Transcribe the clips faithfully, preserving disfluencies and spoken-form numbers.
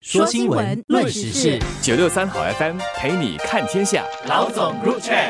说新闻，论时事， 九六三好 F M 陪你看天下。 老总 Group Chat。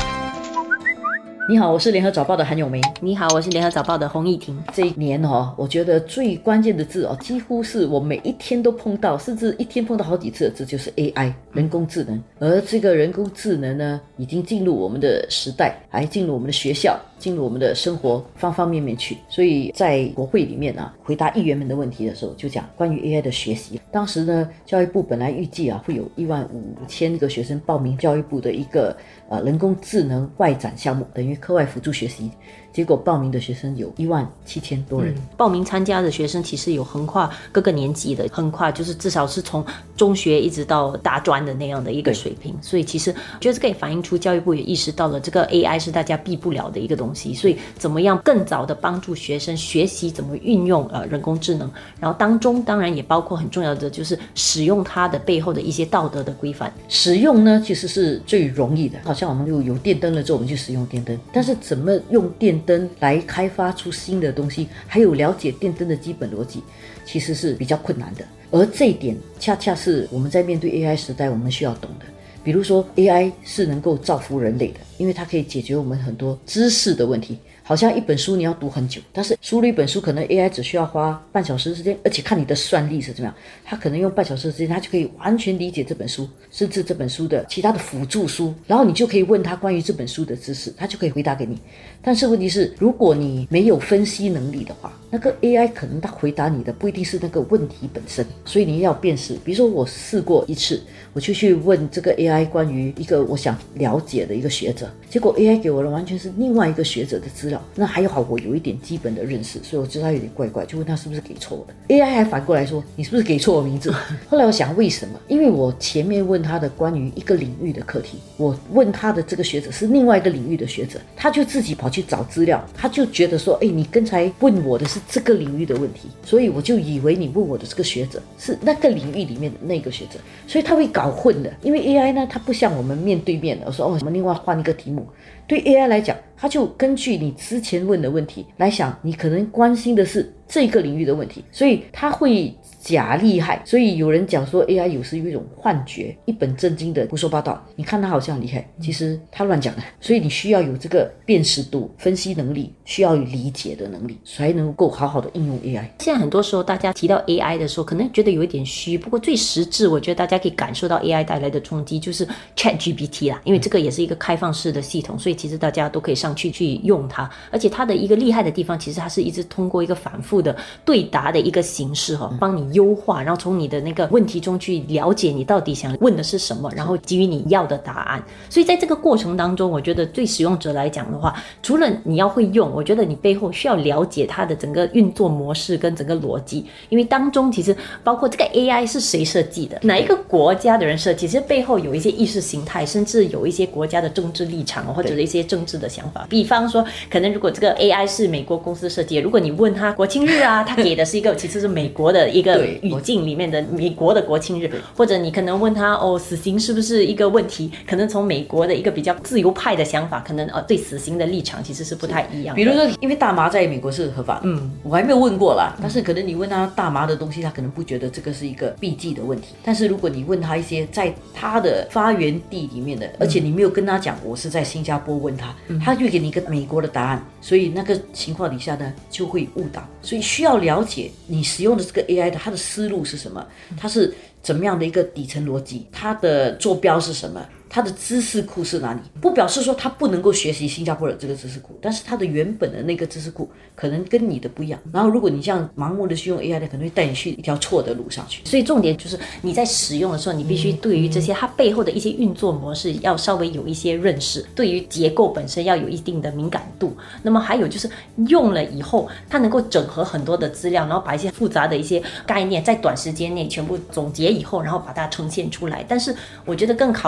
你好，我是联合早报的韩咏梅。 你好，我是联合早报的洪逸婷。 这一年哦，我觉得最关键的字哦，几乎是我每一天都碰到，甚至一天碰到好几次的字，就是 A I 人工智能。而这个人工智能呢，已经进入我们的时代，还进入我们的学校，进入我们的生活方方面面去。所以在国会里面啊，回答议员们的问题的时候，就讲关于 A I 的学习。当时呢，教育部本来预计啊，会有一万五千个学生报名教育部的一个呃人工智能外展项目，等于课外辅助学习。结果报名的学生有一万七千多人、嗯、 报名参加的学生其实有横跨各个年级的，横跨就是至少是从中学一直到大专的那样的一个水平。所以其实我觉得这可以反映出教育部也意识到了这个 A I 是大家避不了的一个东西，所以怎么样更早的帮助学生学习怎么运用呃人工智能，然后当中当然也包括很重要的就是使用它的背后的一些道德的规范。 使用呢其实是最容易的，好像我们就有电灯了之后我们去使用电灯，但是怎么用电灯来开发出新的东西，还有了解电灯的基本逻辑，其实是比较困难的。而这一点恰恰是我们在面对 A I 时代我们需要懂的。比如说 A I 是能够造福人类的，因为它可以解决我们很多知识的问题。好像一本书你要读很久，但是输入一本书可能 A I 只需要花半小时的时间，而且看你的算力是怎么样，它可能用半小时的时间它就可以完全理解这本书，甚至这本书的其他的辅助书，然后你就可以问他关于这本书的知识，他就可以回答给你。但是问题是如果你没有分析能力的话，那个 A I 可能他回答你的不一定是那个问题本身，所以你要辨识。比如说我试过一次，我就去问这个 A I 关于一个我想了解的一个学者，结果 A I 给我的完全是另外一个学者的资料。那还好我有一点基本的认识，所以我知道他有点怪怪，就问他是不是给错的。 A I 还反过来说你是不是给错名字后来我想为什么，因为我前面问他的关于一个领域的课题，我问他的这个学者是另外一个领域的学者，他就自己跑去找资料，他就觉得说哎，你刚才问我的是这个领域的问题，所以我就以为你问我的这个学者是那个领域里面的那个学者，所以他会搞混的。因为 A I 呢，它不像我们面对面的，我说哦，我们另外换一个题目。对 A I 来讲，它就根据你之前问的问题来想，你可能关心的是这个领域的问题，所以它会假厉害。所以有人讲说 A I 有时有一种幻觉，一本正经的胡说八道，你看它好像厉害，其实它乱讲的。所以你需要有这个辨识度、分析能力，需要有理解的能力，才能够好好的应用 A I。 现在很多时候大家提到 A I 的时候可能觉得有一点虚，不过最实质我觉得大家可以感受到 A I 带来的冲击就是 ChatGPT 啦，因为这个也是一个开放式的系统，所以其实大家都可以上去去用它。而且它的一个厉害的地方，其实它是一直通过一个反复的对答的一个形式、哦、帮你优化，然后从你的那个问题中去了解你到底想问的是什么，然后给予你要的答案。所以在这个过程当中，我觉得对使用者来讲的话，除了你要会用，我觉得你背后需要了解它的整个运作模式跟整个逻辑，因为当中其实包括这个 A I 是谁设计的，哪一个国家的人设计，其实背后有一些意识形态，甚至有一些国家的政治立场或者一些政治的想法。比方说可能如果这个 A I 是美国公司设计的，如果你问他国庆日啊，他给的是一个其实是美国的一个语境里面的美国的国庆日，或者你可能问他哦，死刑是不是一个问题，可能从美国的一个比较自由派的想法，可能、哦、对死刑的立场其实是不太一样的。 比如说因为大麻在美国是合法的，嗯，我还没有问过啦，但是可能你问他大麻的东西，他可能不觉得这个是一个避忌的问题。但是如果你问他一些在他的发源地里面的，而且你没有跟他讲我是在新加坡问他，他就给你一个美国的答案，所以那个情况底下呢就会误导。所以需要了解你使用的这个 A I 的它的思路是什么，它是怎么样的一个底层逻辑，它的坐标是什么，它的知识库是哪里。不表示说它不能够学习新加坡的这个知识库，但是它的原本的那个知识库可能跟你的不一样，然后如果你这样盲目的去用 A I 的，可能会带你去一条错的路上去。 所以重点就是你在使用的时候，你必须对于这些它背后的一些运作模式要稍微有一些认识，对于结构本身要有一定的敏感度。那么还有就是用了以后它能够整合很多的资料，然后把一些复杂的一些概念在短时间内全部总结以后，然后把它呈现出来。但是我觉得更考验使用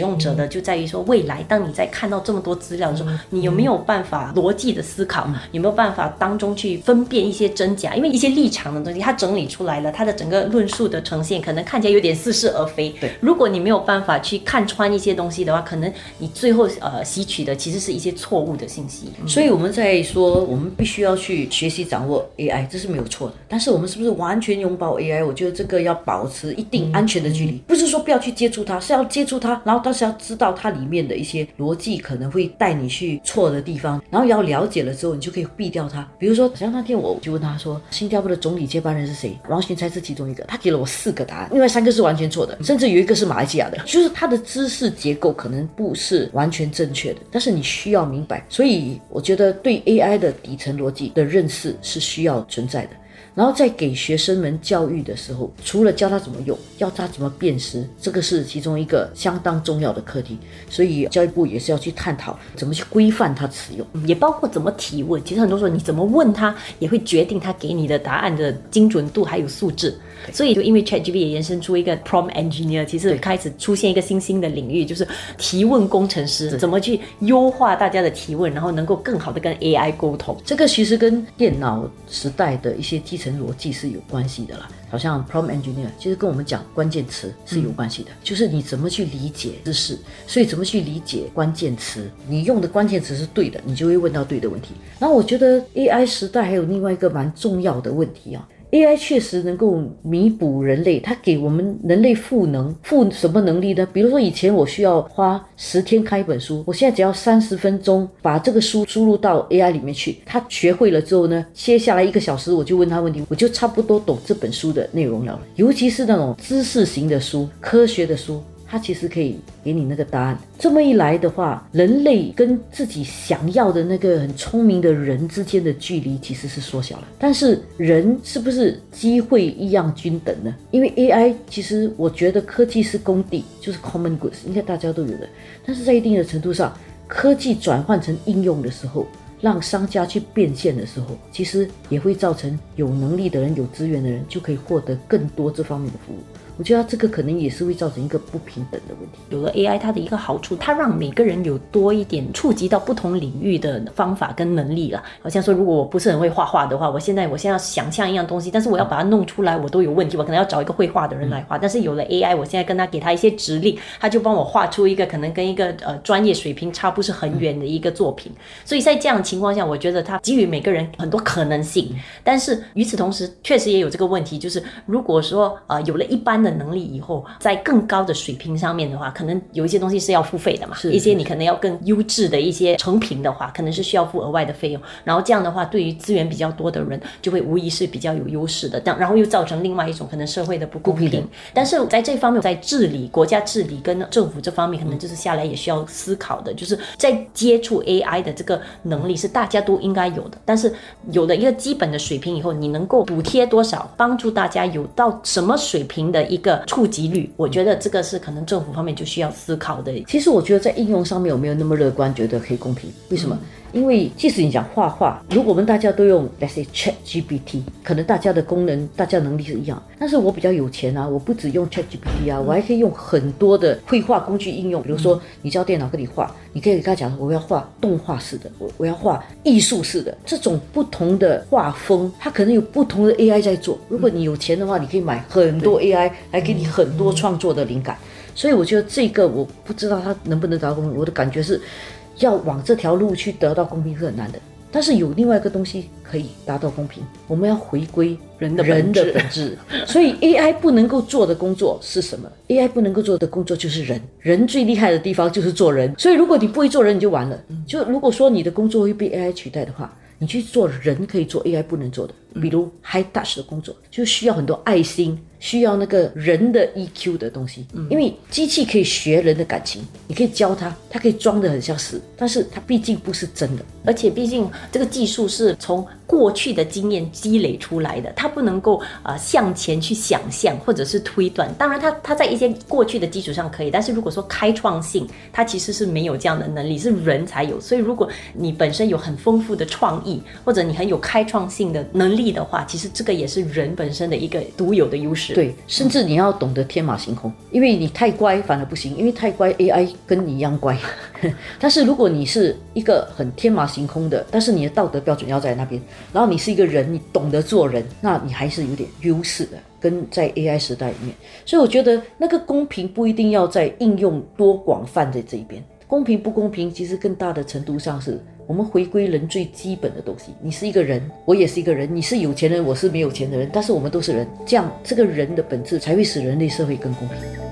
用者的就在于说，未来当你在看到这么多资料的时候，你有没有办法逻辑的思考，有没有办法当中去分辨一些真假？因为一些立场的东西它整理出来了，它的整个论述的呈现可能看起来有点似是而非。 对， 如果你没有办法去看穿一些东西的话，可能你最后呃吸取的其实是一些错误的信息。 所以我们在说我们必须要去学习掌握 A I， 这是没有错的，但是我们是不是完全拥抱 A I？ 我觉得这个要保持一定安全的距离，嗯、不是说不要去接触它，是要接触它，然后但是要知道它里面的一些逻辑可能会带你去错的地方，然后要了解了之后你就可以避掉它。比如说像那天我就问他说新加坡的总理接班人是谁，王群才是其中一个，他给了我四个答案，另外三个是完全错的，甚至有一个是马来西亚的，就是他的知识结构可能不是完全正确的，但是你需要明白。所以我觉得对 A I 的底层逻辑的认识是需要存在的。然后在给学生们教育的时候，除了教他怎么用，教他怎么辨识，这个是其中一个相当重要的课题。所以教育部也是要去探讨怎么去规范它使用， 也包括怎么提问。其实很多时候你怎么问他，也会决定他给你的答案的精准度还有素质。所以就因为 ChatGPT 也延伸出一个 prompt engineer， 其实开始出现一个新兴的领域，就是提问工程师，怎么去优化大家的提问，然后能够更好的跟 A I 沟通。 这个其实跟电脑时代的一些基层逻辑是有关系的啦。好像 prompt engineer 其实跟我们讲关键词是有关系的、嗯、就是你怎么去理解知识，所以怎么去理解关键词，你用的关键词是对的，你就会问到对的问题。然后我觉得 A I 时代还有另外一个蛮重要的问题啊，A I 确实能够弥补人类，它给我们人类赋能，赋什么能力呢？比如说以前我需要花十天看一本书，我现在只要三十分钟把这个书输入到 A I 里面去，它学会了之后呢，接下来一个小时我就问他问题，我就差不多懂这本书的内容了。尤其是那种知识型的书，科学的书，它其实可以给你那个答案。这么一来的话，人类跟自己想要的那个很聪明的人之间的距离其实是缩小了。但是人是不是机会一样均等呢？因为 A I 其实我觉得科技是公地，就是 common goods， 应该大家都有的。但是在一定的程度上，科技转换成应用的时候，让商家去变现的时候，其实也会造成有能力的人、有资源的人就可以获得更多这方面的服务。我觉得这个可能也是会造成一个不平等的问题。 有了 A I 它的一个好处，它让每个人有多一点触及到不同领域的方法跟能力了。好像说如果我不是很会画画的话，我现在我现在要想象一样东西，但是我要把它弄出来我都有问题，我可能要找一个会画的人来画、嗯、但是有了 A I， 我现在跟他给他一些指令，他就帮我画出一个可能跟一个呃专业水平差不是很远的一个作品、嗯、所以在这样的情况下，我觉得它给予每个人很多可能性、嗯、但是与此同时确实也有这个问题，就是如果说呃有了一般的能力以后，在更高的水平上面的话，可能有一些东西是要付费的嘛，一些你可能要更优质的一些成品的话，可能是需要付额外的费用，然后这样的话对于资源比较多的人就会无疑是比较有优势的，然后又造成另外一种可能社会的不公平。但是在这方面，在治理国家治理跟政府这方面可能就是下来也需要思考的，就是在接触 A I 的这个能力是大家都应该有的，但是有了一个基本的水平以后，你能够补贴多少，帮助大家有到什么水平的一个触及率，我觉得这个是可能政府方面就需要思考的。 其实我觉得在应用上面我没有那么乐观，觉得可以公平。为什么？嗯，因为即使你讲画画，如果我们大家都用 let's say ChatGPT， 可能大家的功能大家的能力是一样，但是我比较有钱啊，我不只用 ChatGPT 啊，我还可以用很多的绘画工具应用。比如说你叫电脑跟你画，你可以跟他讲我要画动画式的，我我要画艺术式的，这种不同的画风它可能有不同的 A I 在做。如果你有钱的话，你可以买很多 A I 来给你很多创作的灵感。所以我觉得这个我不知道它能不能达到公平，我的感觉是要往这条路去得到公平是很难的。但是有另外一个东西可以达到公平，我们要回归人的本质。人的本质所以 A I 不能够做的工作是什么？ A I 不能够做的工作就是人。人最厉害的地方就是做人，所以如果你不会做人你就完了。就如果说你的工作会被 A I 取代的话，你去做人可以做 A I 不能做的，比如 high touch 的工作，就需要很多爱心，需要那个人的 E Q 的东西。因为机器可以学人的感情，你可以教它，它可以装得很像死，但是它毕竟不是真的。 而且毕竟这个技术是从过去的经验积累出来的，它不能够呃向前去想象或者是推断。当然它，它在一些过去的基础上可以，但是如果说开创性，它其实是没有这样的能力，是人才有。所以如果你本身有很丰富的创意，或者你很有开创性的能力的话，其实这个也是人本身的一个独有的优势。 对，甚至你要懂得天马行空，因为你太乖反而不行，因为太乖 A I 跟你一样乖。但是如果你是一个很天马行空的，但是你的道德标准要在那边，然后你是一个人，你懂得做人，那你还是有点优势的，跟在 A I 时代里面。所以我觉得那个公平不一定要在应用多广泛的这一边，公平不公平其实更大的程度上是我们回归人最基本的东西。你是一个人，我也是一个人，你是有钱人，我是没有钱的人，但是我们都是人，这样这个人的本质才会使人类社会更公平。